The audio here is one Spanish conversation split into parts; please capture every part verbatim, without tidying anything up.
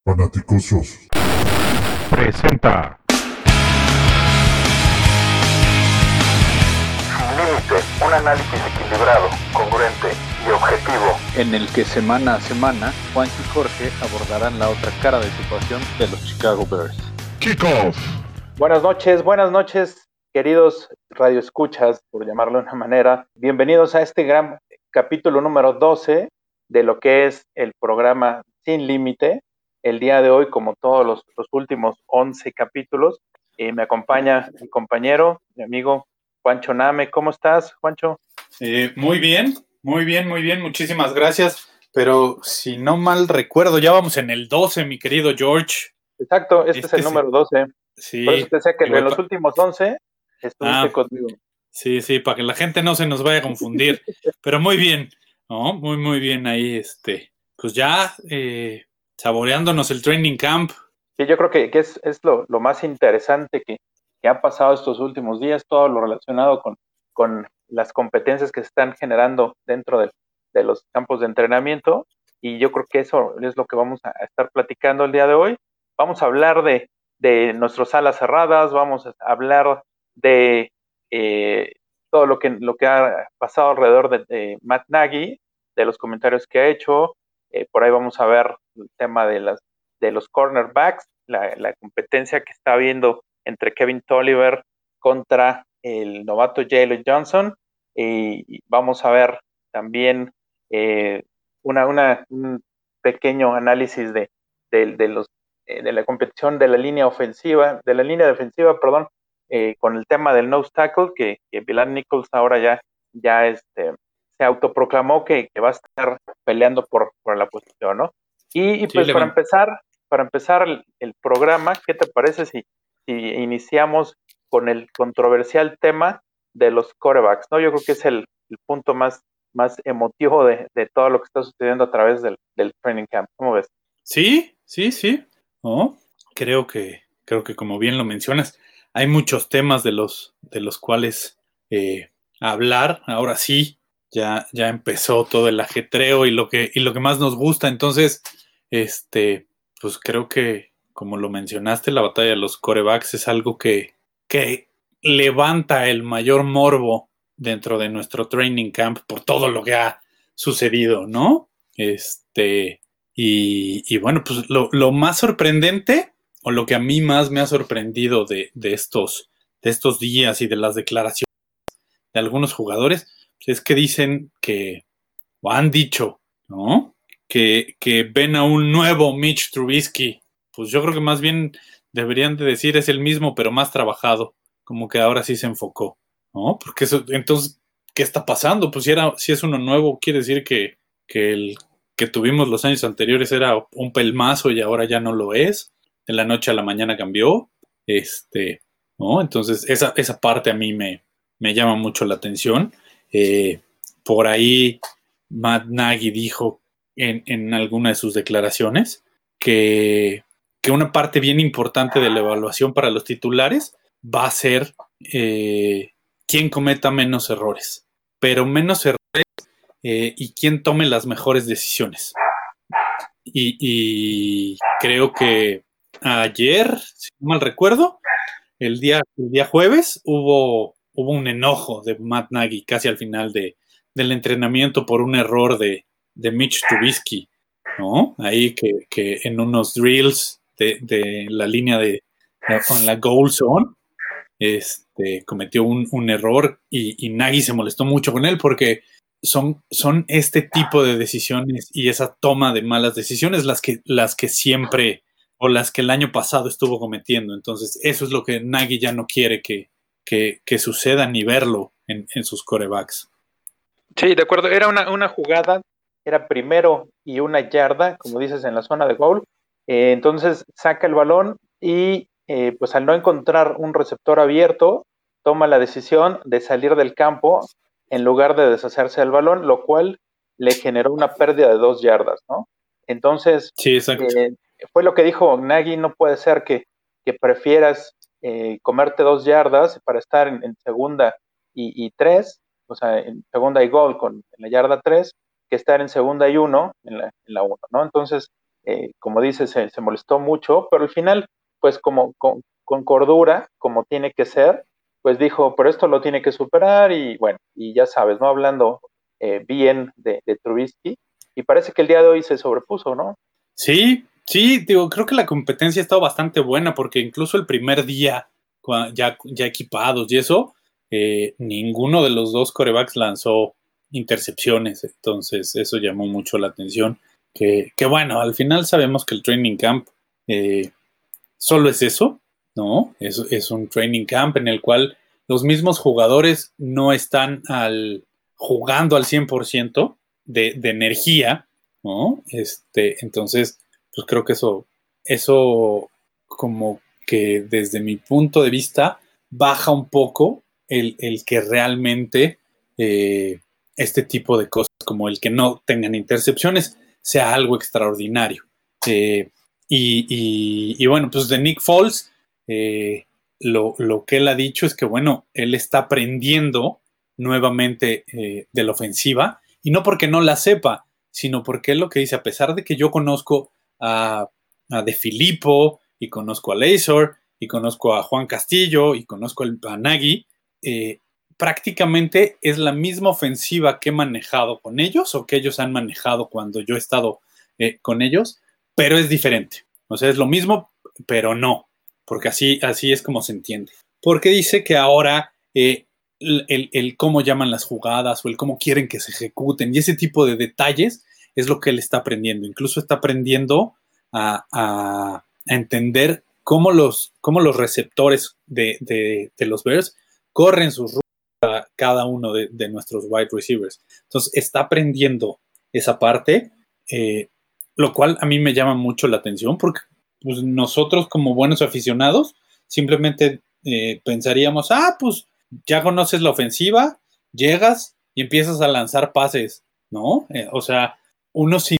Fanaticosos presenta Sin Límite, un análisis equilibrado, congruente y objetivo, en el que semana a semana Juan y Jorge abordarán la otra cara de situación de los Chicago Bears. Kickoff. Buenas noches, buenas noches, queridos radioescuchas, por llamarlo de una manera. Bienvenidos a este gran capítulo número doce de lo que es el programa Sin Límite. El día de hoy, como todos los, los últimos once capítulos, eh, me acompaña mi compañero, mi amigo Juancho Name. ¿Cómo estás, Juancho? Eh, muy bien, muy bien, muy bien, muchísimas gracias. Pero si no mal recuerdo, ya vamos en el doce, mi querido George. Exacto, este, este es el sí. número doce. Sí. Por eso te decía que Igual en los pa- últimos once estuviste Ah, conmigo. sí, sí, para que la gente no se nos vaya a confundir. Pero muy bien, ¿no? Muy, muy bien ahí, este. Pues ya, eh, saboreándonos el training camp. Sí, yo creo que, que es, es lo, lo más interesante que, que ha pasado estos últimos días, todo lo relacionado con, con las competencias que se están generando dentro de, de los campos de entrenamiento, y yo creo que eso es lo que vamos a estar platicando el día de hoy. Vamos a hablar de, de nuestras alas cerradas, vamos a hablar de eh, todo lo que, lo que ha pasado alrededor de, de Matt Nagy, de los comentarios que ha hecho. Eh, por ahí vamos a ver el tema de las de los cornerbacks, la, la competencia que está habiendo entre Kevin Tolliver contra el novato Jalen Johnson, y vamos a ver también eh, una, una, un pequeño análisis de, de, de los, eh, de la competición de la línea ofensiva, de la línea defensiva, perdón, eh, con el tema del nose tackle, que, que Bilal Nichols ahora ya, ya este, se autoproclamó que, que va a estar peleando por, por la posición, ¿no? Y, y Sí, pues para Levan. empezar, para empezar el, el programa, ¿qué te parece si, si iniciamos con el controversial tema de los quarterbacks, ¿no? Yo creo que es el, el punto más, más emotivo de, de todo lo que está sucediendo a través del, del training camp. ¿Cómo ves? Sí, sí, sí. ¿No? Creo que, creo que como bien lo mencionas, hay muchos temas de los, de los cuales eh, hablar. Ahora sí, ya, ya empezó todo el ajetreo y lo que, y lo que más nos gusta. Entonces, este, pues creo que, como lo mencionaste, la batalla de los corebacks es algo que, que levanta el mayor morbo dentro de nuestro training camp por todo lo que ha sucedido, ¿no? Este, y, y bueno, pues lo, lo más sorprendente, o lo que a mí más me ha sorprendido de, de estos, de estos días y de las declaraciones de algunos jugadores, pues es que dicen que, o han dicho, ¿no? Que, que ven a un nuevo Mitch Trubisky. Pues yo creo que más bien deberían de decir es el mismo, pero más trabajado. Como que ahora sí se enfocó, ¿no? Porque eso, entonces, ¿qué está pasando? Pues si, era, si es uno nuevo, quiere decir que, que el que tuvimos los años anteriores era un pelmazo y ahora ya no lo es. De la noche a la mañana cambió. Este, ¿no? Entonces, esa, esa parte a mí me, me llama mucho la atención. Eh, por ahí Matt Nagy dijo en, en alguna de sus declaraciones que, que una parte bien importante de la evaluación para los titulares va a ser eh, quién cometa menos errores, pero menos errores eh, y quién tome las mejores decisiones. Y, y creo que ayer, si no mal recuerdo, el día, el día jueves hubo, hubo un enojo de Matt Nagy casi al final de, del entrenamiento por un error de, de Mitch Trubisky, ¿no? Ahí que, que en unos drills de, de la línea de, de en la goal zone, este, cometió un, un error y, y Nagy se molestó mucho con él porque son, son este tipo de decisiones y esa toma de malas decisiones las que, las que siempre o las que el año pasado estuvo cometiendo. Entonces, eso es lo que Nagy ya no quiere que, que, que suceda ni verlo en, en sus corebacks. Sí, de acuerdo. Era una, una jugada, era primero y una yarda, como dices, en la zona de goal. Eh, entonces saca el balón y eh, pues al no encontrar un receptor abierto, toma la decisión de salir del campo en lugar de deshacerse del balón, lo cual le generó una pérdida de dos yardas, ¿no? Entonces, Sí, exacto. eh, fue lo que dijo Nagy: no puede ser que, que prefieras eh, comerte dos yardas para estar en, en segunda y, y tres, o sea, en segunda y gol con en la yarda tres, que estar en segunda y uno en la, en la uno, ¿no? Entonces, eh, como dice, se, se molestó mucho, pero al final, pues como con, con cordura, como tiene que ser, pues dijo, pero esto lo tiene que superar y bueno, y ya sabes, ¿no? Hablando eh, bien de, de Trubisky, y parece que el día de hoy se sobrepuso, ¿no? Sí, sí, digo, creo que la competencia ha estado bastante buena porque incluso el primer día, ya, ya equipados y eso, eh, ninguno de los dos quarterbacks lanzó intercepciones, entonces eso llamó mucho la atención. Que, que bueno, al final sabemos que el training camp eh, solo es eso, ¿no? Es, es un training camp en el cual los mismos jugadores no están al, jugando al cien por ciento de, de energía, ¿no? Este, entonces, pues creo que eso, eso como que desde mi punto de vista baja un poco el, el que realmente eh, este tipo de cosas, como el que no tengan intercepciones, sea algo extraordinario. Eh, y, y, y, bueno, pues de Nick Foles, eh, lo, lo que él ha dicho es que, bueno, él está aprendiendo nuevamente eh, de la ofensiva, y no porque no la sepa, sino porque él lo que dice, a pesar de que yo conozco a, a De Filippo, y conozco a Lazor, y conozco a Juan Castillo, y conozco a Nagy, eh, prácticamente es la misma ofensiva que he manejado con ellos, o que ellos han manejado cuando yo he estado eh, con ellos, pero es diferente. O sea, es lo mismo, pero no, porque así, así es como se entiende. Porque dice que ahora eh, el, el, el cómo llaman las jugadas o el cómo quieren que se ejecuten y ese tipo de detalles es lo que él está aprendiendo. Incluso está aprendiendo a, a, a entender cómo los, cómo los receptores de, de, de los Bears corren sus rutas a cada uno de, de nuestros wide receivers. Entonces está aprendiendo esa parte, eh, lo cual a mí me llama mucho la atención porque pues, nosotros como buenos aficionados simplemente eh, pensaríamos, ah, pues ya conoces la ofensiva, llegas y empiezas a lanzar pases, ¿no? Eh, o sea, uno sin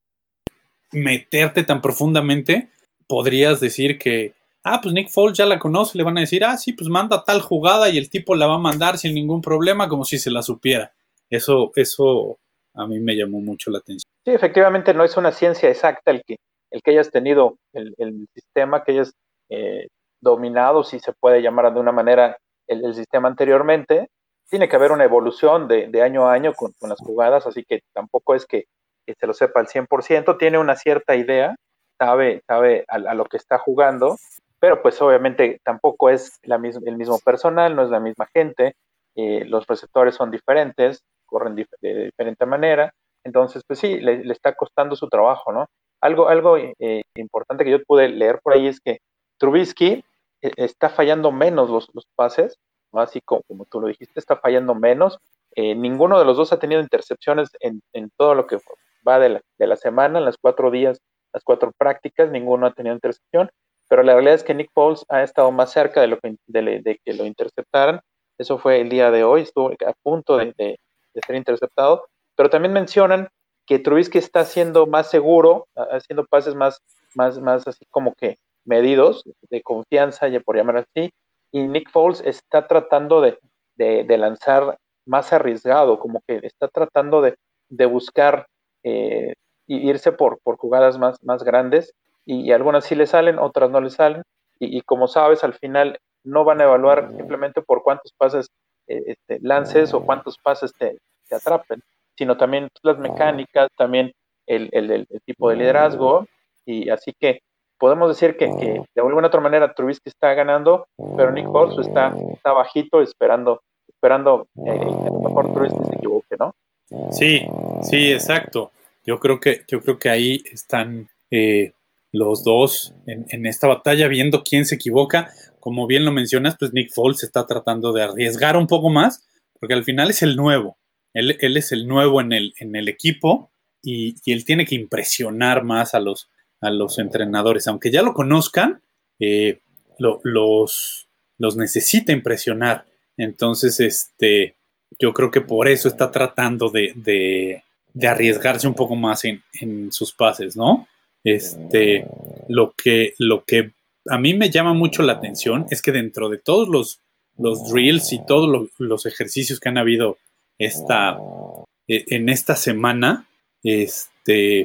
meterte tan profundamente podrías decir que, ah, pues Nick Foles ya la conoce, le van a decir, ah, sí, pues manda tal jugada y el tipo la va a mandar sin ningún problema, como si se la supiera. Eso, eso a mí me llamó mucho la atención. Sí, efectivamente no es una ciencia exacta el que, el que hayas tenido el, el sistema, que hayas eh, dominado, si se puede llamar de una manera, el, el sistema anteriormente. Tiene que haber una evolución de, de año a año con, con las jugadas, así que tampoco es que, que se lo sepa al cien por ciento, tiene una cierta idea, sabe, sabe a, a lo que está jugando, pero pues obviamente tampoco es la mis, el mismo personal, no es la misma gente, eh, los receptores son diferentes, corren dif de diferente manera. Entonces, pues sí, le, le, está costando su trabajo, ¿no? Algo, algo eh, importante que yo pude leer por ahí es que Trubisky eh, está fallando menos los, los pases, ¿no? Así como, como tú lo dijiste, está fallando menos. Eh, ninguno de los dos ha tenido intercepciones en, en todo lo que va de la, de la semana, en las cuatro días, las cuatro prácticas, ninguno ha tenido intercepción, pero la realidad es que Nick Foles ha estado más cerca de, lo que, de, de que lo interceptaran. Eso fue el día de hoy, estuvo a punto de, de, de ser interceptado. Pero también mencionan que Trubisky está siendo más seguro, haciendo pases más, más, más así como que medidos, de confianza, ya por llamar así, y Nick Foles está tratando de, de, de lanzar más arriesgado, como que está tratando de, de buscar eh, irse por, por jugadas más, más grandes, y, y algunas sí le salen, otras no le salen, y, y como sabes, al final no van a evaluar simplemente por cuántos pases eh, este, lances o cuántos pases te, te atrapen, sino también las mecánicas, también el, el, el, el tipo de liderazgo, y así que podemos decir que, que de alguna otra manera Trubisky está ganando, pero Nick Foles está, está bajito esperando, esperando eh, que a lo mejor Trubisky se equivoque, ¿no? Sí, sí, exacto. Yo creo que, yo creo que ahí están eh, los dos en, en esta batalla, viendo quién se equivoca. Como bien lo mencionas, pues Nick Foles está tratando de arriesgar un poco más, porque al final es el nuevo. Él, él es el nuevo en el, en el equipo y, y él tiene que impresionar más a los, a los entrenadores. Aunque ya lo conozcan, eh, lo, los, los necesita impresionar. Entonces, este, yo creo que por eso está tratando de, de, de arriesgarse un poco más en, en sus pases, ¿no? Este, lo que, lo que a mí me llama mucho la atención es que dentro de todos los, los drills y todos los, los ejercicios que han habido esta, en esta semana, este,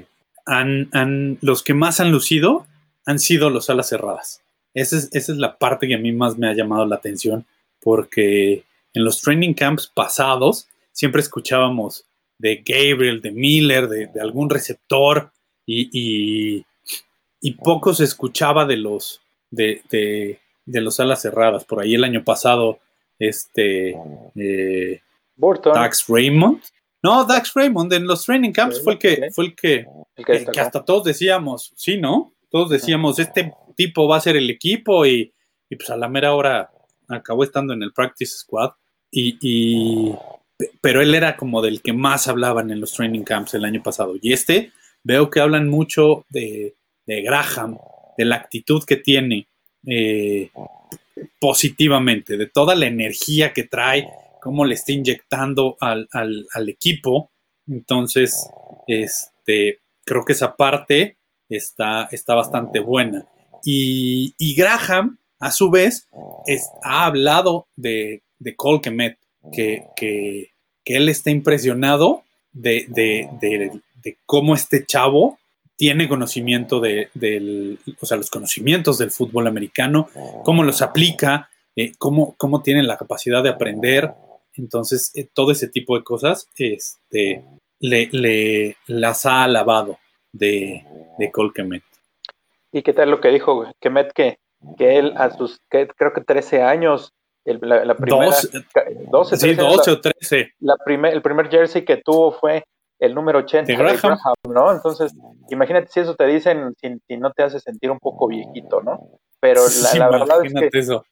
han, han, los que más han lucido han sido los alas cerradas. Esa es, esa es la parte que a mí más me ha llamado la atención, porque en los training camps pasados siempre escuchábamos de Gabriel, de Miller, de, de algún receptor, y, y, y poco se escuchaba de los, de, de, de los alas cerradas. Por ahí el año pasado, este eh, Burton. Dax Raymond. No, Dax Raymond en los training camps sí, fue el que, sí. fue el que, el que, que hasta todos decíamos, sí, ¿no? Todos decíamos, este tipo va a ser el equipo, y, y pues a la mera hora acabó estando en el practice squad, y, y pero él era como del que más hablaban en los training camps el año pasado. Y este, veo que hablan mucho de, de Graham, de la actitud que tiene eh, positivamente, de toda la energía que trae, cómo le está inyectando al, al, al equipo. Entonces, este, creo que esa parte está, está bastante buena. Y, y Graham, a su vez, es, ha hablado de, de Cole Kmet, que, que, que él está impresionado de, de, de, de cómo este chavo tiene conocimiento de, del, o sea, los conocimientos del fútbol americano, cómo los aplica, eh, cómo, cómo tiene la capacidad de aprender. Entonces, eh, todo ese tipo de cosas este, le, le las ha alabado de, de Cole Kmet. ¿Y qué tal lo que dijo Kmet? Que, que él a sus, que, creo que trece años, el, la, la primera... doce, sí, doce o trece. La, la primer, el primer jersey que tuvo fue el número ochenta de Graham. de Graham, ¿no? Entonces, imagínate si eso te dicen, si, si no te hace sentir un poco viejito, ¿no? Pero la, sí, la verdad es que... Eso.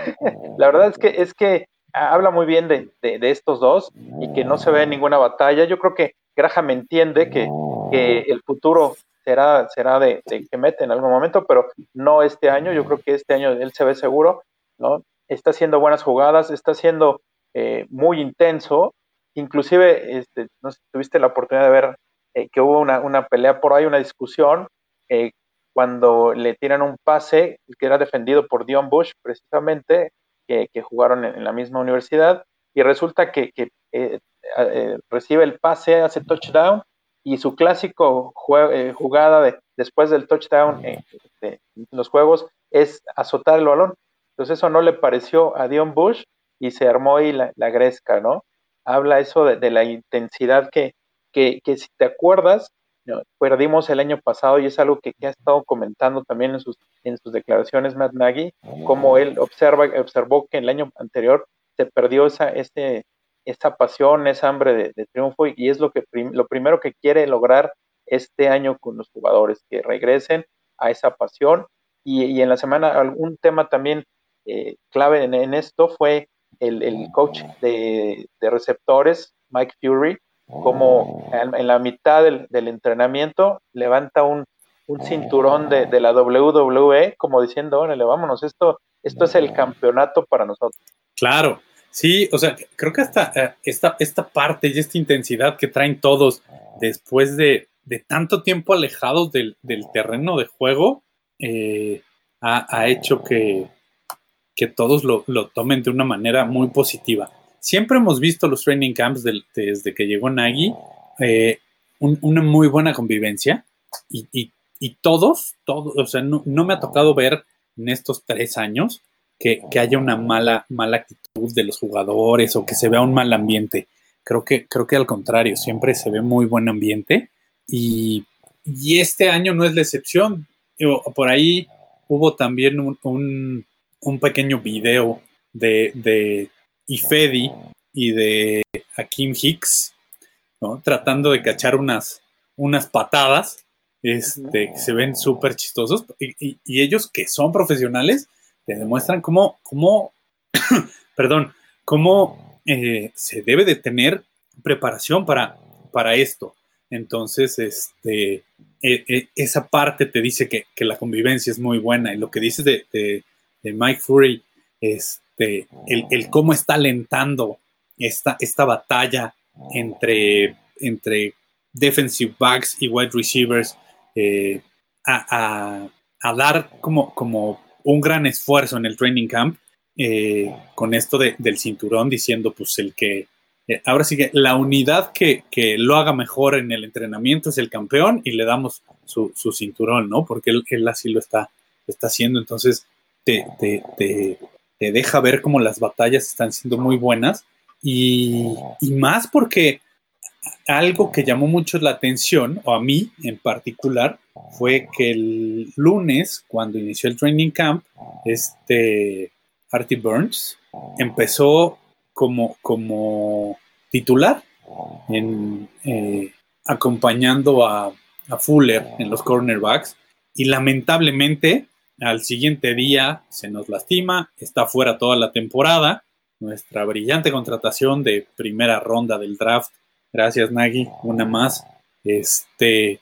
La verdad es que, es que habla muy bien de, de, de estos dos, y que no se ve ninguna batalla. Yo creo que Graham entiende que, que el futuro será, será de, de Kmet en algún momento, pero no este año. Yo creo que este año él se ve seguro, ¿no? Está haciendo buenas jugadas, está siendo eh, muy intenso. Inclusive, este, no sé si tuviste la oportunidad de ver eh, que hubo una, una pelea por ahí, una discusión, eh, cuando le tiran un pase que era defendido por Dion Bush, precisamente, que, que jugaron en, en la misma universidad, y resulta que, que eh, eh, recibe el pase, hace touchdown, y su clásico jue- eh, jugada de, después del touchdown eh, de, de los juegos es azotar el balón. Entonces eso no le pareció a Dion Bush, y se armó ahí la, la gresca, ¿no? Habla eso de, de la intensidad que, que, que si te acuerdas, ¿no? Perdimos el año pasado, y es algo que, que ha estado comentando también en sus, en sus declaraciones Matt Nagy, como él observa, observó que el año anterior se perdió esa, ese, esa pasión, esa hambre de, de triunfo, y es lo, que prim, lo primero que quiere lograr este año con los jugadores, que regresen a esa pasión. Y, y en la semana, algún tema también eh, clave en, en esto fue el, el coach de, de receptores, Mike Fury, como en, en la mitad del, del entrenamiento levanta un, un cinturón de, de la doble u doble u E, como diciendo, órale, vámonos, esto, esto es el campeonato para nosotros. Claro, sí, o sea, creo que hasta uh, esta, esta parte y esta intensidad que traen todos después de, de tanto tiempo alejados del, del terreno de juego, eh, ha, ha hecho que, que todos lo, lo tomen de una manera muy positiva. Siempre hemos visto los training camps del, desde que llegó Nagy, eh, un, una muy buena convivencia, y, y, y todos, todos, o sea, no, no me ha tocado ver en estos tres años que, que haya una mala, mala actitud de los jugadores, o que se vea un mal ambiente. Creo que, creo que al contrario, siempre se ve muy buen ambiente, y, y este año no es la excepción. Por ahí hubo también un, un, un pequeño video de, de Ifedi y de Hakeem Hicks, ¿no? Tratando de cachar unas, unas patadas este, que se ven súper chistosos, y, y, y ellos, que son profesionales, te demuestran cómo, cómo perdón, cómo eh, se debe de tener preparación para, para esto. Entonces, este, eh, eh, esa parte te dice que, que la convivencia es muy buena, y lo que dices de, de, de Mike Fury, este, el, el cómo está alentando esta, esta batalla entre, entre defensive backs y wide receivers, eh, a, a, a dar como, como un gran esfuerzo en el training camp, eh, con esto de, del cinturón, diciendo pues el que, eh, ahora sí que la unidad que, que lo haga mejor en el entrenamiento es el campeón y le damos su, su cinturón, ¿no? Porque él, él así lo está, está haciendo, entonces te, te, te, te deja ver cómo las batallas están siendo muy buenas y, y más porque algo que llamó mucho la atención, o a mí en particular, fue que el lunes, cuando inició el training camp, este Artie Burns empezó como, como titular, en, eh, acompañando a, a Fuller en los cornerbacks, y lamentablemente al siguiente día se nos lastima, está fuera toda la temporada. Nuestra brillante contratación de primera ronda del draft, gracias Nagy, una más, este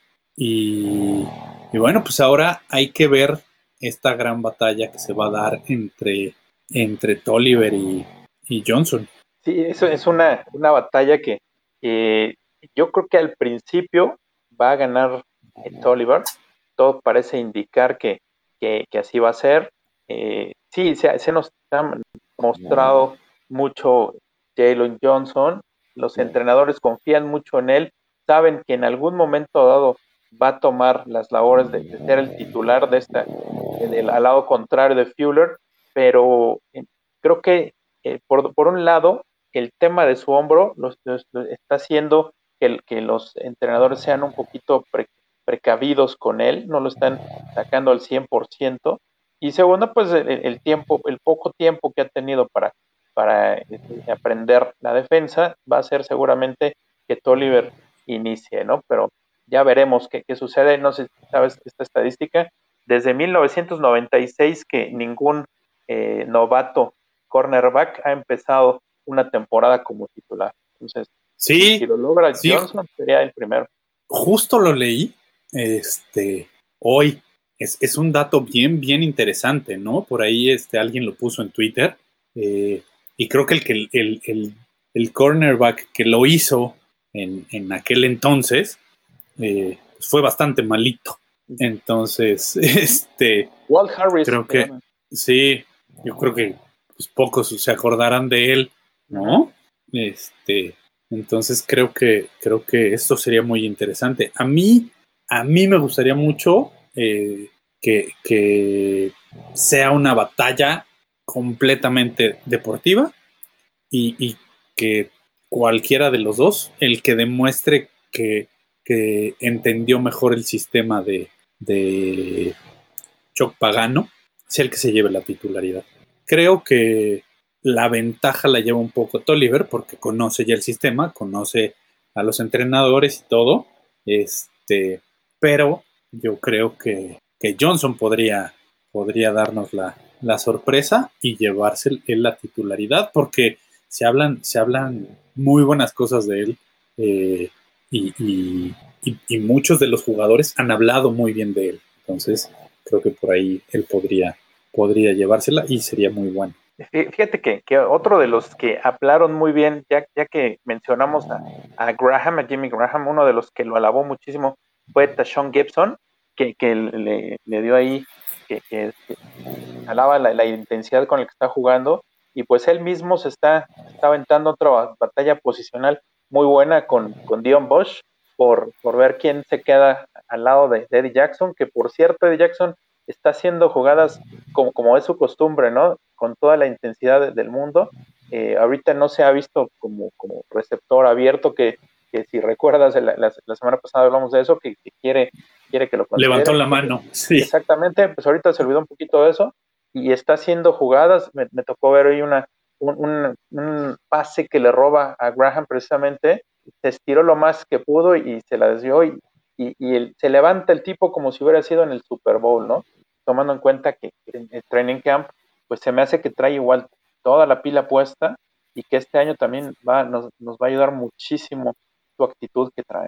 y, y bueno, pues ahora hay que ver esta gran batalla que se va a dar entre, entre Tolliver y, y Johnson. Sí, eso es una, una batalla que eh, yo creo que al principio va a ganar eh, Tolliver. Todo parece indicar que, que, que así va a ser. Eh, sí, se, se nos ha mostrado mucho Jalen Johnson. Los entrenadores confían mucho en él, saben que en algún momento dado va a tomar las labores de, de ser el titular de esta, del, al lado contrario de Fuller, pero eh, creo que eh, por, por un lado el tema de su hombro los, los, los está haciendo que, el, que los entrenadores sean un poquito pre, precavidos con él, no lo están sacando al cien por ciento, y segundo, pues el, el tiempo, el poco tiempo que ha tenido para, para este, aprender la defensa, va a ser seguramente que Tolliver inicie, ¿no? Pero ya veremos qué, qué sucede. No sé si sabes esta estadística, desde mil novecientos noventa y seis que ningún eh, novato cornerback ha empezado una temporada como titular. Entonces, sí, si lo logra sí, Johnson, sería el primero. Justo lo leí este, hoy. Es, es un dato bien, bien interesante, ¿no? Por ahí este, alguien lo puso en Twitter. Eh, y creo que el, el, el, el, el cornerback que lo hizo en, en aquel entonces eh, pues fue bastante malito. Entonces, este... Walt Harris. Creo que, sí, yo creo que pues, pocos se acordarán de él, ¿no? Uh-huh. Este, entonces creo que, creo que esto sería muy interesante. A mí, a mí me gustaría mucho eh, que, que sea una batalla completamente deportiva y, y que cualquiera de los dos, el que demuestre que, que entendió mejor el sistema de, de Chuck Pagano, sea el que se lleve la titularidad. Creo que la ventaja la lleva un poco Tolliver porque conoce ya el sistema, conoce a los entrenadores y todo, este, pero yo creo que, que Johnson podría, podría darnos la, la sorpresa y llevarse él la titularidad porque se hablan, se hablan muy buenas cosas de él eh, y, y, y, y muchos de los jugadores han hablado muy bien de él. Entonces creo que por ahí él podría, podría llevársela y sería muy bueno. Fíjate que, que otro de los que hablaron muy bien, ya, ya que mencionamos a, a Graham, a Jimmy Graham, uno de los que lo alabó muchísimo fue Tashawn Gibson, que, que le, le dio ahí, que, que, que alaba la, la intensidad con la que está jugando, y pues él mismo se está, está aventando otra batalla posicional muy buena con, con Dion Bush, por, por ver quién se queda al lado de, de Eddie Jackson, que por cierto Eddie Jackson está haciendo jugadas como, como es su costumbre, ¿no? Con toda la intensidad de, del mundo. Eh, ahorita no se ha visto como, como receptor abierto, que, que si recuerdas, la, la, la semana pasada hablamos de eso, que, que quiere, quiere que lo considere. Levantó la mano, sí. Exactamente, pues ahorita se olvidó un poquito de eso, y está haciendo jugadas. Me, me tocó ver hoy una, un, un, un pase que le roba a Graham precisamente, se estiró lo más que pudo y se la desvió, y, y, y el, se levanta el tipo como si hubiera sido en el Super Bowl, ¿no? Tomando en cuenta que en el training camp, pues se me hace que trae igual toda la pila puesta y que este año también va, nos, nos va a ayudar muchísimo su actitud que trae.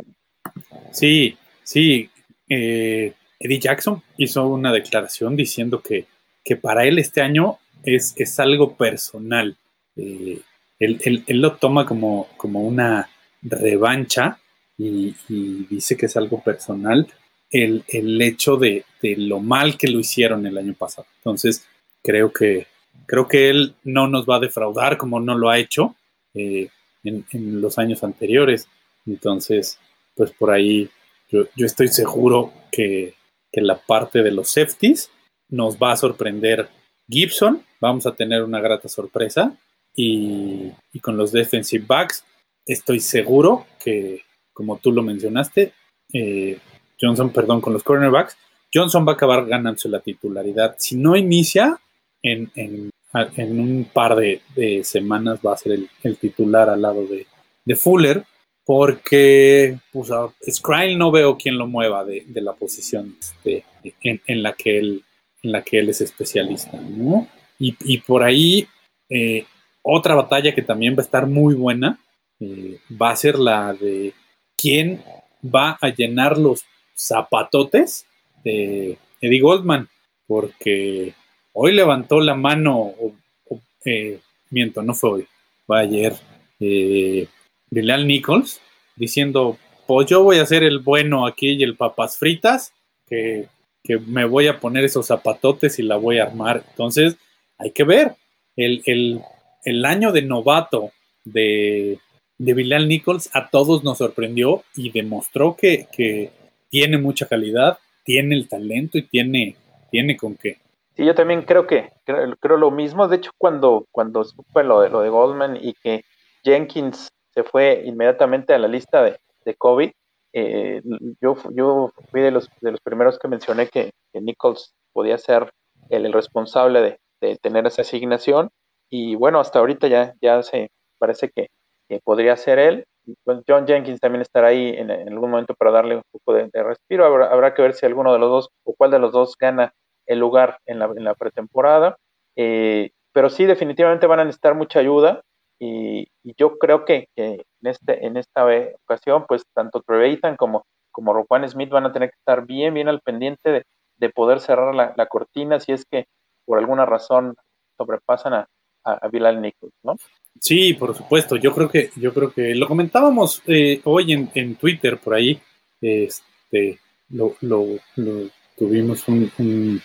Sí, sí. Eh, Eddie Jackson hizo una declaración diciendo que, que para él este año es, es algo personal. Eh, él, él, él lo toma como, como una revancha y, y dice que es algo personal. El, el hecho de, de lo mal que lo hicieron el año pasado. Entonces, creo que, creo que él no nos va a defraudar como no lo ha hecho. Eh, en, en los años anteriores. Entonces, pues por ahí yo, yo estoy seguro que, que la parte de los safeties nos va a sorprender Gibson, vamos a tener una grata sorpresa, y, y con los defensive backs estoy seguro que, como tú lo mencionaste, eh, Johnson, perdón, con los cornerbacks, Johnson va a acabar ganándose la titularidad. Si no inicia, en, en, en un par de, de semanas va a ser el, el titular al lado de, de Fuller, porque pues, a Scrile no veo quién lo mueva de, de la posición este, en, en, la que él, en la que él es especialista, ¿no? Y, y por ahí, eh, otra batalla que también va a estar muy buena, eh, va a ser la de quién va a llenar los zapatotes de Eddie Goldman, porque hoy levantó la mano, o, o, eh, miento, no fue hoy, fue ayer, eh, Bilal Nichols, diciendo, pues yo voy a ser el bueno aquí y el papas fritas, que, que me voy a poner esos zapatotes y la voy a armar. Entonces, hay que ver, el, el, el año de novato de, de Bilal Nichols a todos nos sorprendió y demostró que, que tiene mucha calidad, tiene el talento y tiene, tiene con qué. Sí, yo también creo que creo, creo lo mismo. De hecho, cuando, cuando supe lo de, lo de Goldman y que Jenkins se fue inmediatamente a la lista de, de COVID, eh, yo, yo fui de los, de los primeros que mencioné que, que Nichols podía ser el, el responsable de, de tener esa asignación, y bueno, hasta ahorita ya, ya se parece que, que podría ser él. Pues John Jenkins también estará ahí en, en algún momento para darle un poco de, de respiro. Habrá, habrá que ver si alguno de los dos o cuál de los dos gana el lugar en la, en la pretemporada, eh, pero sí definitivamente van a necesitar mucha ayuda, y, y yo creo que, que en, este, en esta ocasión pues tanto Trevathan como, como Roquan Smith van a tener que estar bien, bien al pendiente de, de poder cerrar la, la cortina si es que por alguna razón sobrepasan a, a, a Bilal Nichols, ¿no? Sí, por supuesto, yo creo que, yo creo que lo comentábamos eh, hoy en, en Twitter por ahí, este, lo, lo, lo tuvimos un, un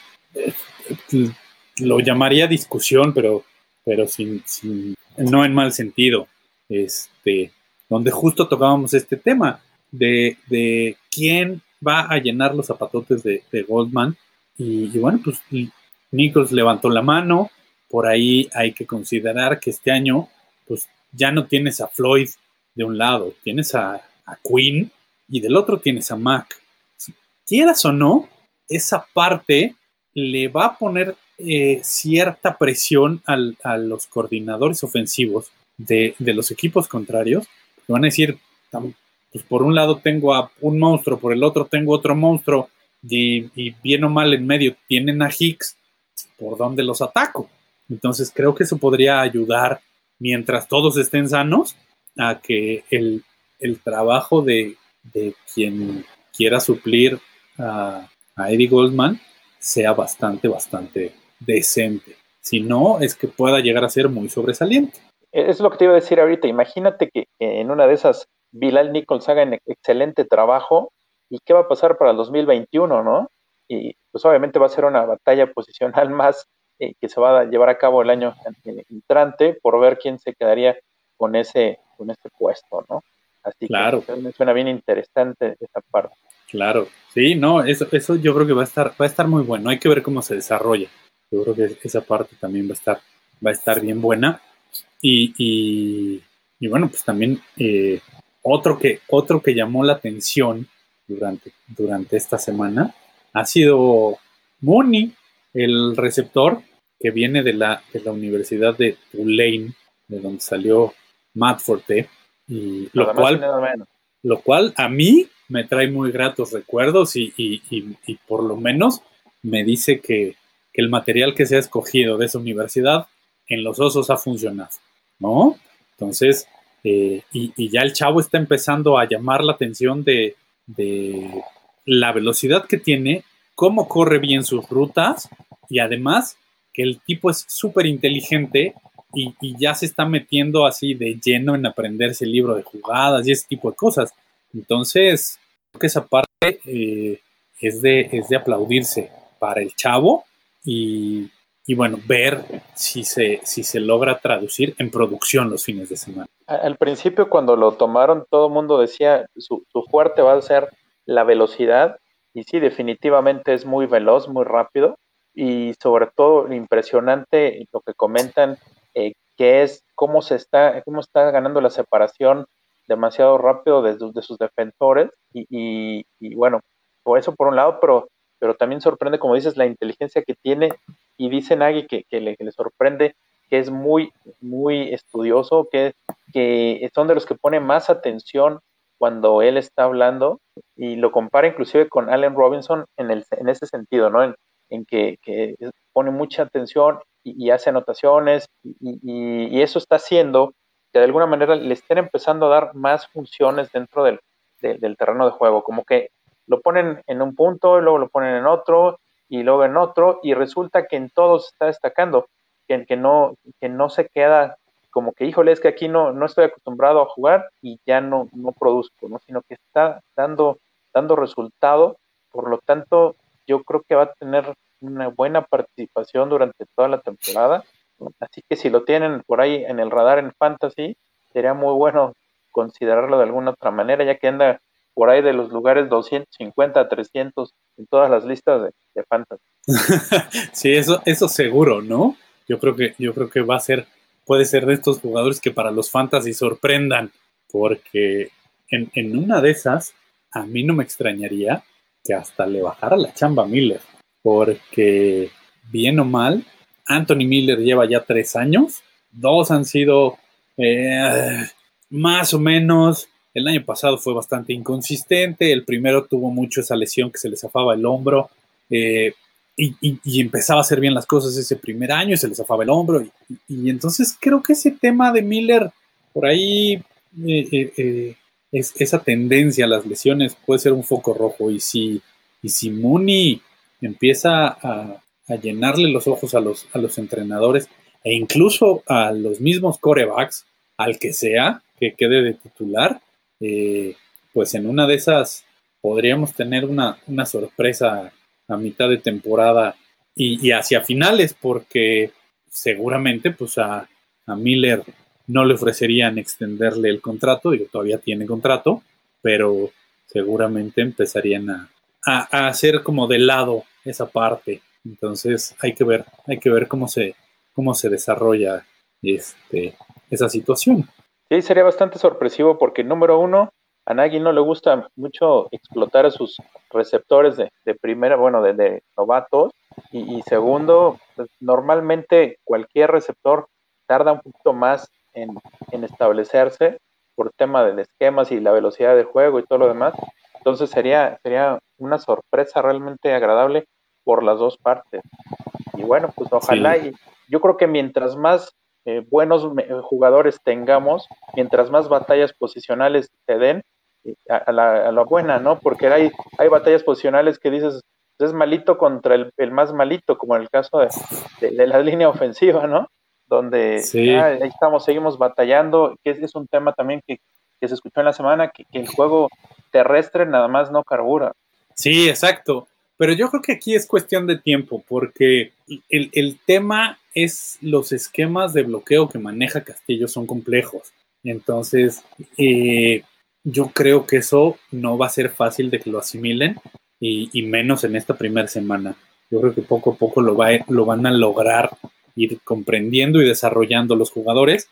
lo llamaría discusión, pero, pero sin, sin, no en mal sentido, este, donde justo tocábamos este tema de, de quién va a llenar los zapatotes de, de Goldman, y, y bueno, pues Nichols levantó la mano. Por ahí hay que considerar que este año pues ya no tienes a Floyd de un lado, tienes a, a Quinn, y del otro tienes a Mack. Si quieras o no, esa parte le va a poner eh, cierta presión al, a los coordinadores ofensivos de, de los equipos contrarios, que van a decir, pues por un lado tengo a un monstruo, por el otro tengo otro monstruo, y, y bien o mal en medio tienen a Hicks, ¿por dónde los ataco? Entonces creo que eso podría ayudar, mientras todos estén sanos, a que el, el trabajo de, de quien quiera suplir a, a Eddie Goldman sea bastante, bastante decente. Si no, es que pueda llegar a ser muy sobresaliente. Es lo que te iba a decir ahorita. Imagínate que en una de esas Bilal Nichols haga un excelente trabajo, y qué va a pasar para el dos mil veintiuno, ¿no? Y pues obviamente va a ser una batalla posicional más eh, que se va a llevar a cabo el año entrante por ver quién se quedaría con ese, con ese puesto, ¿no? Así claro. que me suena bien interesante esa parte. Claro, sí, no, eso, eso yo creo que va a estar, va a estar muy bueno. Hay que ver cómo se desarrolla. Yo creo que esa parte también va a estar, va a estar bien buena. Y, y, y bueno, pues también eh, otro que, otro que llamó la atención durante, durante esta semana ha sido Mooney, el receptor que viene de la, de la Universidad de Tulane, de donde salió Matt Forte, y lo nada cual, más y menos. lo cual a mí me trae muy gratos recuerdos, y, y, y, y por lo menos me dice que, que el material que se ha escogido de esa universidad en los Osos ha funcionado, ¿no? Entonces, eh, y, y ya el chavo está empezando a llamar la atención de, de la velocidad que tiene, cómo corre bien sus rutas, y además que el tipo es súper inteligente y, y ya se está metiendo así de lleno en aprenderse el libro de jugadas y ese tipo de cosas. Entonces, creo que esa parte eh, es, de, es de aplaudirse para el chavo, y, y bueno, ver si se, si se logra traducir en producción los fines de semana. Al principio, cuando lo tomaron, todo el mundo decía su, su fuerte va a ser la velocidad, y sí, definitivamente es muy veloz, muy rápido, y sobre todo impresionante lo que comentan, eh, que es cómo se está, cómo está ganando la separación demasiado rápido de, de sus defensores, y, y, y bueno, por eso por un lado, pero, pero también sorprende, como dices, la inteligencia que tiene, y dice Nagy que, que, le, que le sorprende que es muy, muy estudioso, que, que son de los que pone más atención cuando él está hablando, y lo compara inclusive con Allen Robinson en, el, en ese sentido, ¿no? En, en que, que pone mucha atención y, y hace anotaciones, y, y, y eso está haciendo que de alguna manera le estén empezando a dar más funciones dentro del, de, del terreno de juego, como que lo ponen en un punto, y luego lo ponen en otro, y luego en otro, y resulta que en todos está destacando, que, que, no, que no se queda como que, híjole, es que aquí no, no estoy acostumbrado a jugar y ya no, no produzco, ¿no? Sino que está dando, dando resultado, por lo tanto, yo creo que va a tener una buena participación durante toda la temporada, ¿no? Así que si lo tienen por ahí en el radar en Fantasy, sería muy bueno considerarlo de alguna otra manera, ya que anda por ahí de los lugares doscientos cincuenta a trescientos en todas las listas de, de Fantasy. Sí, eso, eso seguro, ¿no? Yo creo que, yo creo que va a ser, puede ser de estos jugadores que para los Fantasy sorprendan, porque en, en una de esas, a mí no me extrañaría que hasta le bajara la chamba a Miller, porque bien o mal, Anthony Miller lleva ya tres años, dos han sido eh, más o menos. El año pasado fue bastante inconsistente, el primero tuvo mucho esa lesión que se le zafaba el hombro, eh, y, y, y empezaba a hacer bien las cosas ese primer año y se le zafaba el hombro, y, y, y entonces creo que ese tema de Miller, por ahí, eh, eh, eh, es, esa tendencia a las lesiones puede ser un foco rojo, y si, y si Mooney empieza a, a llenarle los ojos a los, a los entrenadores, e incluso a los mismos quarterbacks, al que sea, que quede de titular, Eh, pues en una de esas podríamos tener una, una sorpresa a mitad de temporada y, y hacia finales, porque seguramente pues a, a Miller no le ofrecerían extenderle el contrato, digo, todavía tiene contrato, pero seguramente empezarían a, a, a hacer como de lado esa parte. Entonces hay que ver, hay que ver cómo se, cómo se desarrolla este, esa situación. Sí, sería bastante sorpresivo porque, número uno, a Nagy no le gusta mucho explotar a sus receptores de, de primera, bueno, de, de novatos, y, y segundo, pues, normalmente cualquier receptor tarda un poquito más en, en establecerse por tema de esquemas y la velocidad de juego y todo lo demás. Entonces sería, sería una sorpresa realmente agradable por las dos partes. Y bueno, pues ojalá, sí. Y yo creo que mientras más Eh, buenos jugadores tengamos, mientras más batallas posicionales te den, a, a, la, a la buena, ¿no? Porque hay, hay batallas posicionales que dices, es malito contra el, el más malito, como en el caso de, de, de la línea ofensiva, ¿no? Donde sí. ah, ahí estamos, seguimos batallando, que es, es un tema también que, que se escuchó en la semana, que, que el juego terrestre nada más no carbura. Sí, exacto. Pero yo creo que aquí es cuestión de tiempo, porque el, el tema es los esquemas de bloqueo que maneja Castillo son complejos. Entonces, eh, yo creo que eso no va a ser fácil de que lo asimilen, y, y menos en esta primera semana. Yo creo que poco a poco lo, va, lo van a lograr ir comprendiendo y desarrollando los jugadores,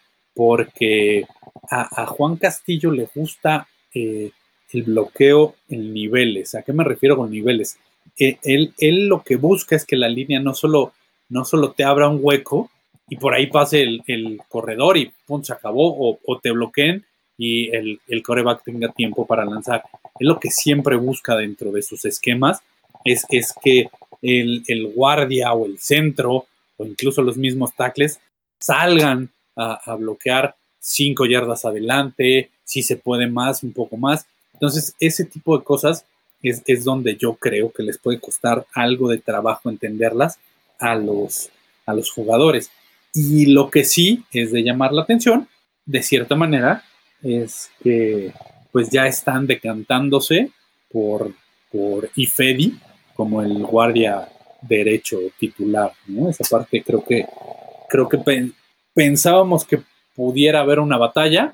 porque a, a Juan Castillo le gusta eh, el bloqueo en niveles. ¿A qué me refiero con niveles? Eh, él, él lo que busca es que la línea no solo, no solo te abra un hueco y por ahí pase el, el corredor y pum, se acabó, o, o te bloqueen y el, el quarterback tenga tiempo para lanzar. Él lo que siempre busca dentro de sus esquemas es, es que el, el guardia o el centro o incluso los mismos tackles salgan a, a bloquear cinco yardas adelante, si se puede más, un poco más. Entonces ese tipo de cosas Es, es donde yo creo que les puede costar algo de trabajo entenderlas a los, a los jugadores. Y lo que sí es de llamar la atención, de cierta manera, es que pues ya están decantándose por, por Ifedi como el guardia derecho titular, ¿no? Esa parte creo que creo que pe- pensábamos que pudiera haber una batalla,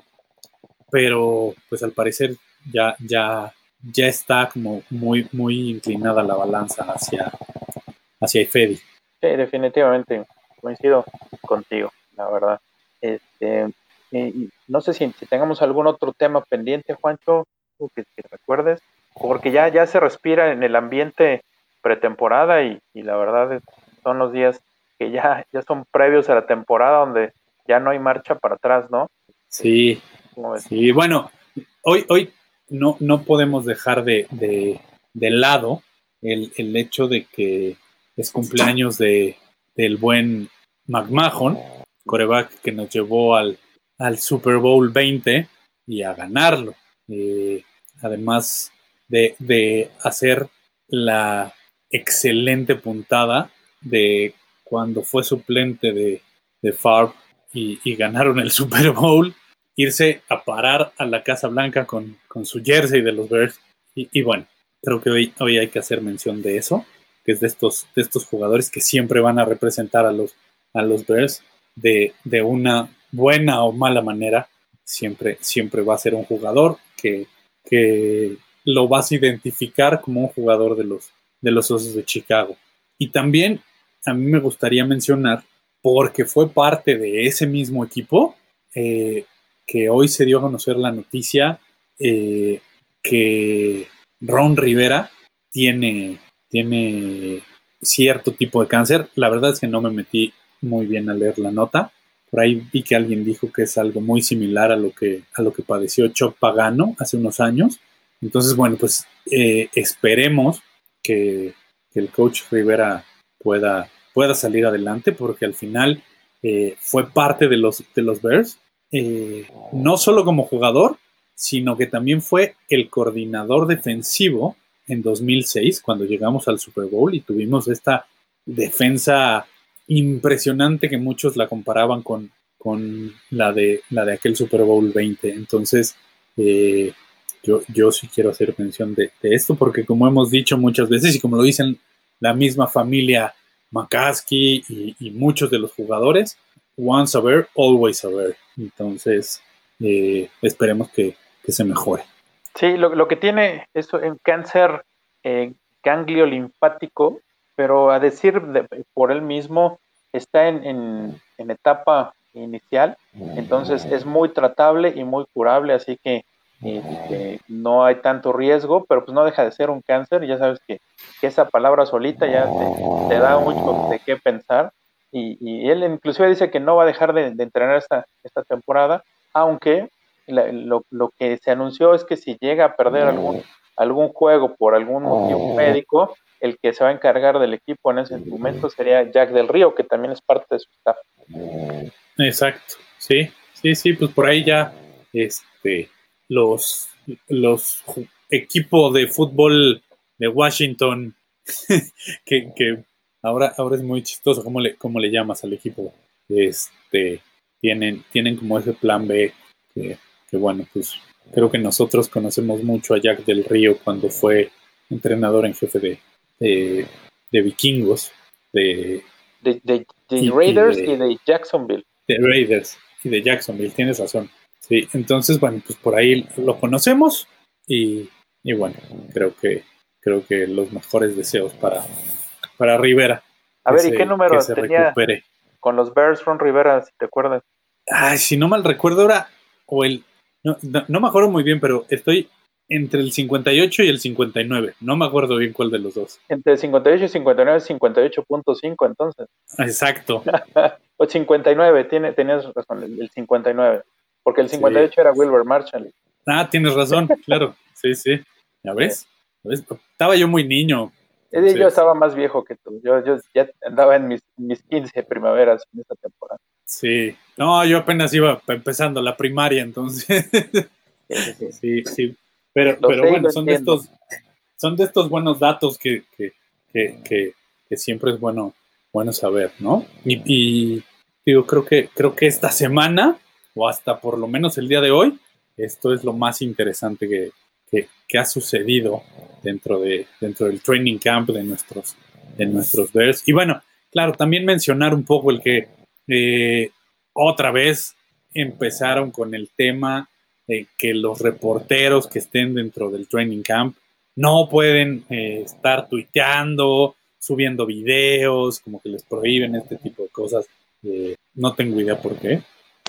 pero pues al parecer ya ya ya está como muy muy inclinada la balanza hacia hacia Ifedi. Sí, definitivamente coincido contigo, la verdad. Este, y no sé si, si tengamos algún otro tema pendiente, Juancho, que, que recuerdes, porque ya, ya se respira en el ambiente pretemporada y, y la verdad es, son los días que ya, ya son previos a la temporada donde ya no hay marcha para atrás, ¿no? Sí, sí, bueno, hoy, hoy no, no podemos dejar de, de, de lado el, el hecho de que es cumpleaños de, del buen McMahon, quarterback que nos llevó al, al Super Bowl veinte y a ganarlo. Eh, además de, de hacer la excelente puntada de cuando fue suplente de, de Favre y, y ganaron el Super Bowl, irse a parar a la Casa Blanca con, con su jersey de los Bears. Y, y bueno, creo que hoy, hoy hay que hacer mención de eso, que es de estos, de estos jugadores que siempre van a representar a los, a los Bears de, de una buena o mala manera. Siempre, siempre va a ser un jugador que, que lo vas a identificar como un jugador de los, de los Osos de Chicago. Y también a mí me gustaría mencionar, porque fue parte de ese mismo equipo, eh, que hoy se dio a conocer la noticia eh, que Ron Rivera tiene, tiene cierto tipo de cáncer. La verdad es que no me metí muy bien a leer la nota. Por ahí vi que alguien dijo que es algo muy similar a lo que, a lo que padeció Chuck Pagano hace unos años. Entonces, bueno, pues eh, esperemos que, que el coach Rivera pueda, pueda salir adelante, porque al final eh, fue parte de los, de los Bears, eh, no solo como jugador, sino que también fue el coordinador defensivo en dos mil seis, cuando llegamos al Super Bowl y tuvimos esta defensa impresionante que muchos la comparaban con, con la, de, la de aquel Super Bowl veinte. Entonces, eh, yo, yo sí quiero hacer mención de, de esto, porque como hemos dicho muchas veces y como lo dicen la misma familia McCaskey y, y muchos de los jugadores, once a bear, always a bear. Entonces, eh, esperemos que, que se mejore. Sí, lo, lo que tiene es un cáncer eh, ganglio linfático, pero a decir de, por él mismo, está en, en, en etapa inicial, entonces es muy tratable y muy curable, así que eh, no hay tanto riesgo, pero pues no deja de ser un cáncer. Ya sabes que, que esa palabra solita ya te, te da mucho de qué pensar, y, y él inclusive dice que no va a dejar de, de entrenar esta, esta temporada, aunque la, lo, lo que se anunció es que si llega a perder algún, algún juego por algún motivo médico, el que se va a encargar del equipo en ese momento sería Jack Del Río, que también es parte de su staff. Exacto, sí, sí, sí, pues por ahí ya este, los, los equipos de fútbol de Washington, que, que ahora, ahora es muy chistoso, ¿cómo le, cómo le llamas al equipo? Este, tienen, tienen como ese plan B, que, que bueno, pues creo que nosotros conocemos mucho a Jack Del Río cuando fue entrenador en jefe de De, de vikingos, de, de, de, de y, Raiders y de, y de Jacksonville. De Raiders y de Jacksonville, tienes razón. Sí, entonces, bueno, pues por ahí lo conocemos y, y bueno, creo que creo que los mejores deseos para, para Rivera. A ver, se, ¿y qué número tenía recupere. Con los Bears Ron Rivera, si te acuerdas? Ay, si no mal recuerdo era, o el, no, no, no me acuerdo muy bien, pero estoy entre el cincuenta y ocho y el cincuenta y nueve. No me acuerdo bien cuál de los dos. Entre el cincuenta y ocho y cincuenta y nueve, cincuenta y ocho punto cinco entonces. Exacto. O cincuenta y nueve, tiene, tenías razón, el, el cincuenta y nueve. Porque el cincuenta y ocho sí. Era Wilbur Marshall. Ah, tienes razón, claro. Sí, sí. ¿Ya ves? Sí. ¿Ya ves? Estaba yo muy niño. Entonces... Yo estaba más viejo que tú. Yo, yo ya andaba en mis, mis quince primaveras en esta temporada. Sí. No, yo apenas iba empezando la primaria, entonces. Sí, sí. sí, sí. Pero, pero bueno, son de estos son de estos buenos datos que, que, que, que, que siempre es bueno, bueno saber, ¿no? Y, y digo, creo que, creo que esta semana, o hasta por lo menos el día de hoy, esto es lo más interesante que, que, que ha sucedido dentro, de, dentro del training camp de nuestros, de nuestros Bears. Y bueno, claro, también mencionar un poco el que eh, otra vez empezaron con el tema de que los reporteros que estén dentro del training camp no pueden eh, estar tuiteando, subiendo videos, como que les prohíben este tipo de cosas. Eh, no tengo idea por qué.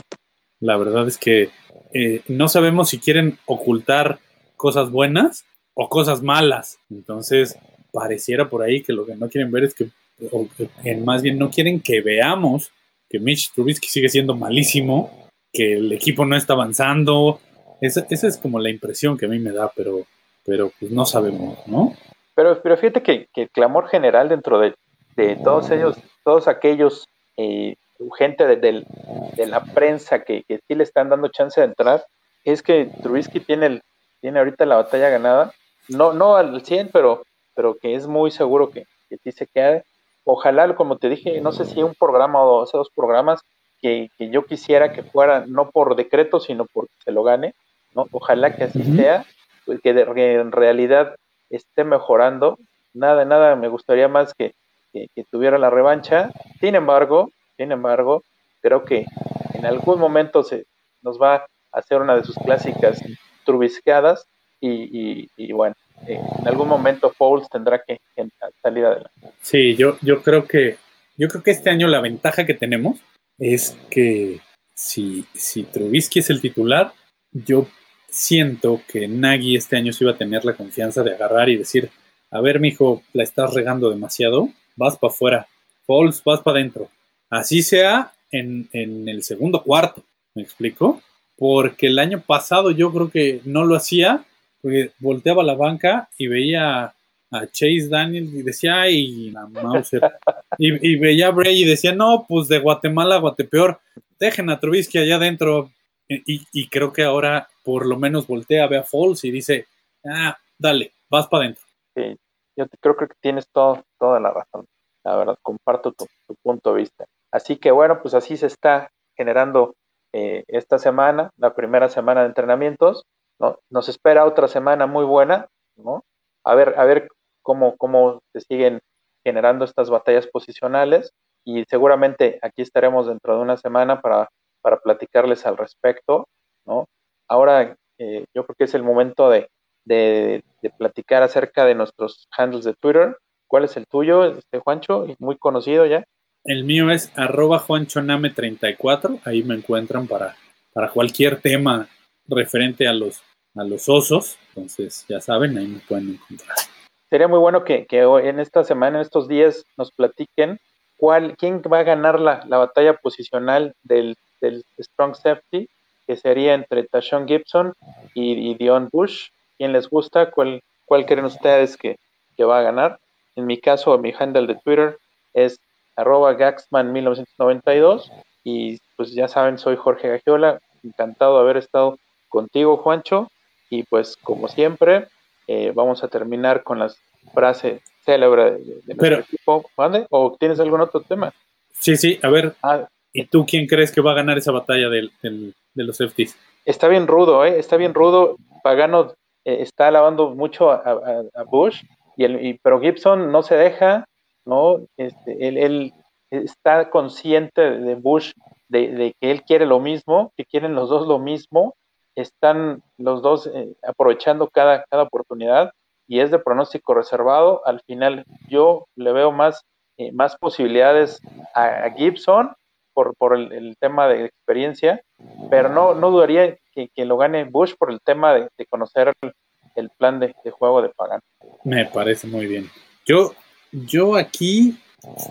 La verdad es que eh, no sabemos si quieren ocultar cosas buenas o cosas malas. Entonces, pareciera por ahí que lo que no quieren ver es que, o que más bien no quieren que veamos que Mitch Trubisky sigue siendo malísimo, que el equipo no está avanzando. Esa, esa es como la impresión que a mí me da, pero, pero pues no sabemos, ¿no? Pero, pero fíjate que, que el clamor general dentro de, de todos ellos, todos aquellos eh, gente de, de, de la prensa que, que sí le están dando chance de entrar, es que Trubisky tiene, el, tiene ahorita la batalla ganada, no, no al cien, pero, pero que es muy seguro que, que sí se quede. Ojalá, como te dije, no sé si un programa o dos, dos programas que, que yo quisiera que fuera, no por decreto, sino porque se lo gane, ¿no? Ojalá que así uh-huh. sea, que, de, que en realidad esté mejorando. Nada, nada me gustaría más que, que, que tuviera la revancha. Sin embargo, sin embargo, creo que en algún momento se nos va a hacer una de sus clásicas trubisqueadas y, y, y bueno, eh, en algún momento Foles tendrá que, que salir adelante. Sí, yo, yo creo que yo creo que este año la ventaja que tenemos es que si, si Trubisky es el titular, yo siento que Nagy este año sí va a tener la confianza de agarrar y decir, a ver, mijo, la estás regando demasiado, vas para afuera, Foles, vas para adentro. Así sea en, en el segundo cuarto, ¿me explico? Porque el año pasado yo creo que no lo hacía, porque volteaba a la banca y veía a Chase Daniel y decía, ay, la Mauser. Y, y veía a Bray y decía, no, pues de Guatemala a Guatepeor, dejen a Trubisky allá adentro. Y, y creo que ahora por lo menos voltea, ve a Foles y dice, ah, dale, vas para adentro. Sí, yo te, creo, creo que tienes todo, toda la razón. La verdad, comparto tu, tu punto de vista. Así que bueno, pues así se está generando eh, esta semana, la primera semana de entrenamientos, ¿no? Nos espera otra semana muy buena, ¿no? A ver, a ver cómo, cómo se siguen generando estas batallas posicionales y seguramente aquí estaremos dentro de una semana para, para platicarles al respecto, ¿no? Ahora eh, yo creo que es el momento de, de, de platicar acerca de nuestros handles de Twitter. ¿Cuál es el tuyo, este Juancho? Muy conocido ya. El mío es arroba juanchoname treinta y cuatro, ahí me encuentran para, para cualquier tema referente a los, a los osos, entonces ya saben, ahí me pueden encontrar. Sería muy bueno que, que en esta semana, en estos días, nos platiquen cuál, quién va a ganar la, la batalla posicional del, del Strong Safety, que sería entre Tashawn Gibson y, y Dion Bush. ¿Quién les gusta? ¿Cuál, cuál creen ustedes que, que va a ganar? En mi caso, mi handle de Twitter es arroba Gaxman mil novecientos noventa y dos y pues ya saben, soy Jorge Gagiola, encantado de haber estado contigo, Juancho, y pues como siempre eh, vamos a terminar con las frases célebres de, de nuestro Pero, equipo. ¿Mande? ¿O tienes algún otro tema? Sí, sí, a ver, ah, ¿y tú quién crees que va a ganar esa batalla del, del, de los safeties? Está bien rudo, ¿eh? Está bien rudo. Pagano eh, está alabando mucho a, a, a Bush, y el, y, pero Gibson no se deja, ¿no? Este, él, él está consciente de Bush, de, de que él quiere lo mismo, que quieren los dos lo mismo, están los dos eh, aprovechando cada, cada oportunidad, y es de pronóstico reservado. Al final yo le veo más, eh, más posibilidades a, a Gibson por, por el, el tema de experiencia, pero no, no dudaría que, que lo gane Bush por el tema de, de conocer el, el plan de, de juego de Pagano. Me parece muy bien. Yo, yo aquí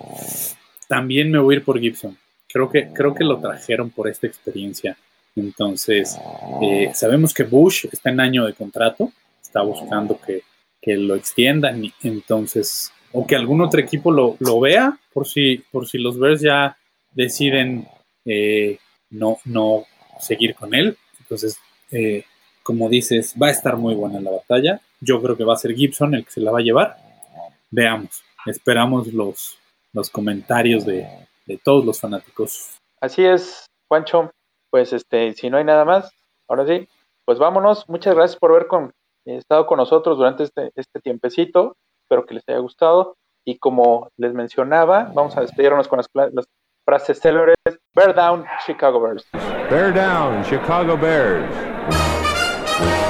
también me voy a ir por Gibson. Creo que, creo que lo trajeron por esta experiencia. Entonces, eh, sabemos que Bush está en año de contrato, está buscando que, que lo extiendan, y entonces, o que algún otro equipo lo, lo vea, por si, por si los Bears ya deciden eh, no, no seguir con él. Entonces, eh, como dices, va a estar muy buena la batalla. Yo creo que va a ser Gibson el que se la va a llevar. Veamos, esperamos los, los comentarios de, de todos los fanáticos. Así es, Juancho. Pues este, si no hay nada más, ahora sí, pues vámonos. Muchas gracias por haber con, eh, estado con nosotros durante este, este tiempecito. Espero que les haya gustado. y como les mencionaba, vamos a despedirnos con las, las frases célebres. Bear down, Chicago Bears. Bear down, Chicago Bears.